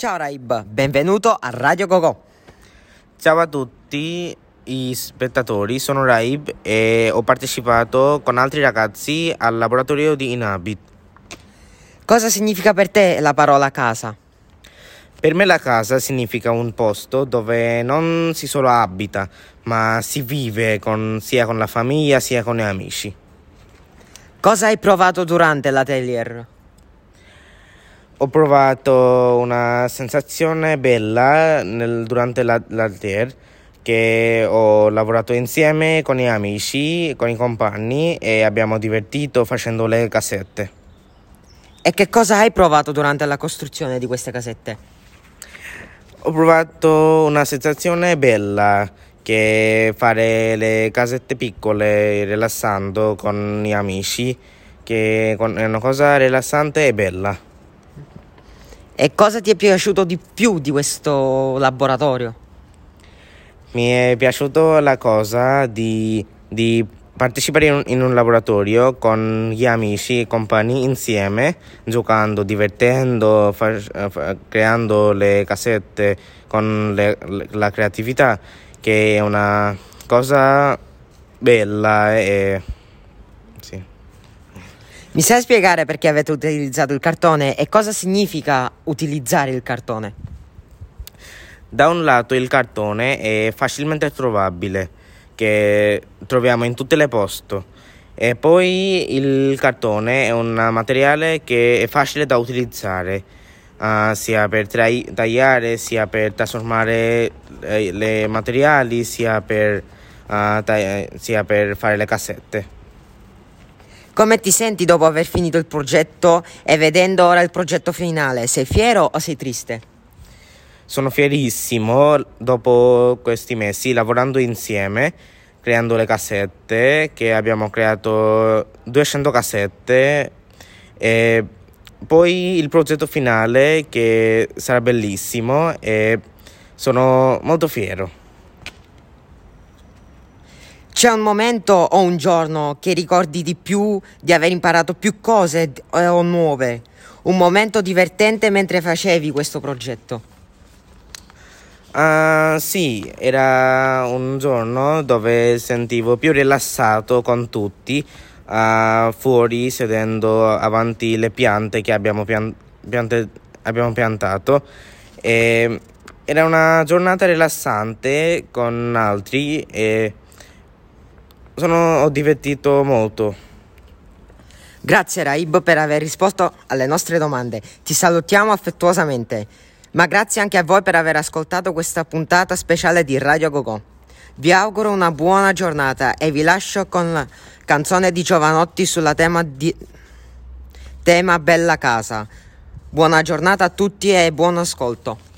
Ciao Raib, benvenuto a Radio Gogò. Ciao a tutti i spettatori, sono Raib e ho partecipato con altri ragazzi al laboratorio di Inhabit. Cosa significa per te la parola casa? Per me la casa significa un posto dove non si solo abita, ma si vive sia con la famiglia sia con gli amici. Cosa hai provato durante l'atelier? Ho provato una sensazione bella durante l'atelier, che ho lavorato insieme con gli amici, con i compagni e abbiamo divertito facendo le casette. E che cosa hai provato durante la costruzione di queste casette? Ho provato una sensazione bella, che fare le casette piccole rilassando con gli amici, che è una cosa rilassante e bella. E cosa ti è piaciuto di più di questo laboratorio? Mi è piaciuta la cosa di partecipare in un laboratorio con gli amici e compagni insieme, giocando, divertendo, creando le casette con la creatività, che è una cosa bella e sì. Mi sai spiegare perché avete utilizzato il cartone e cosa significa utilizzare il cartone? Da un lato il cartone è facilmente trovabile, che troviamo in tutte le posti, e poi il cartone è un materiale che è facile da utilizzare, sia per tagliare, sia per trasformare le materiali, sia per fare le cassette. Come ti senti dopo aver finito il progetto e vedendo ora il progetto finale? Sei fiero o sei triste? Sono fierissimo dopo questi mesi lavorando insieme, creando le cassette, che abbiamo creato 200 cassette, e poi il progetto finale che sarà bellissimo e sono molto fiero. C'è un momento o un giorno che ricordi di più, di aver imparato più cose o nuove? Un momento divertente mentre facevi questo progetto? Sì, era un giorno dove sentivo più rilassato con tutti, fuori sedendo avanti le piante che abbiamo piantato. E era una giornata rilassante con altri e ho divertito molto. Grazie Raib per aver risposto alle nostre domande. Ti salutiamo affettuosamente. Ma grazie anche a voi per aver ascoltato questa puntata speciale di Radio Gogò. Vi auguro una buona giornata e vi lascio con la canzone di Giovanotti sulla tema Bella Casa. Buona giornata a tutti e buon ascolto.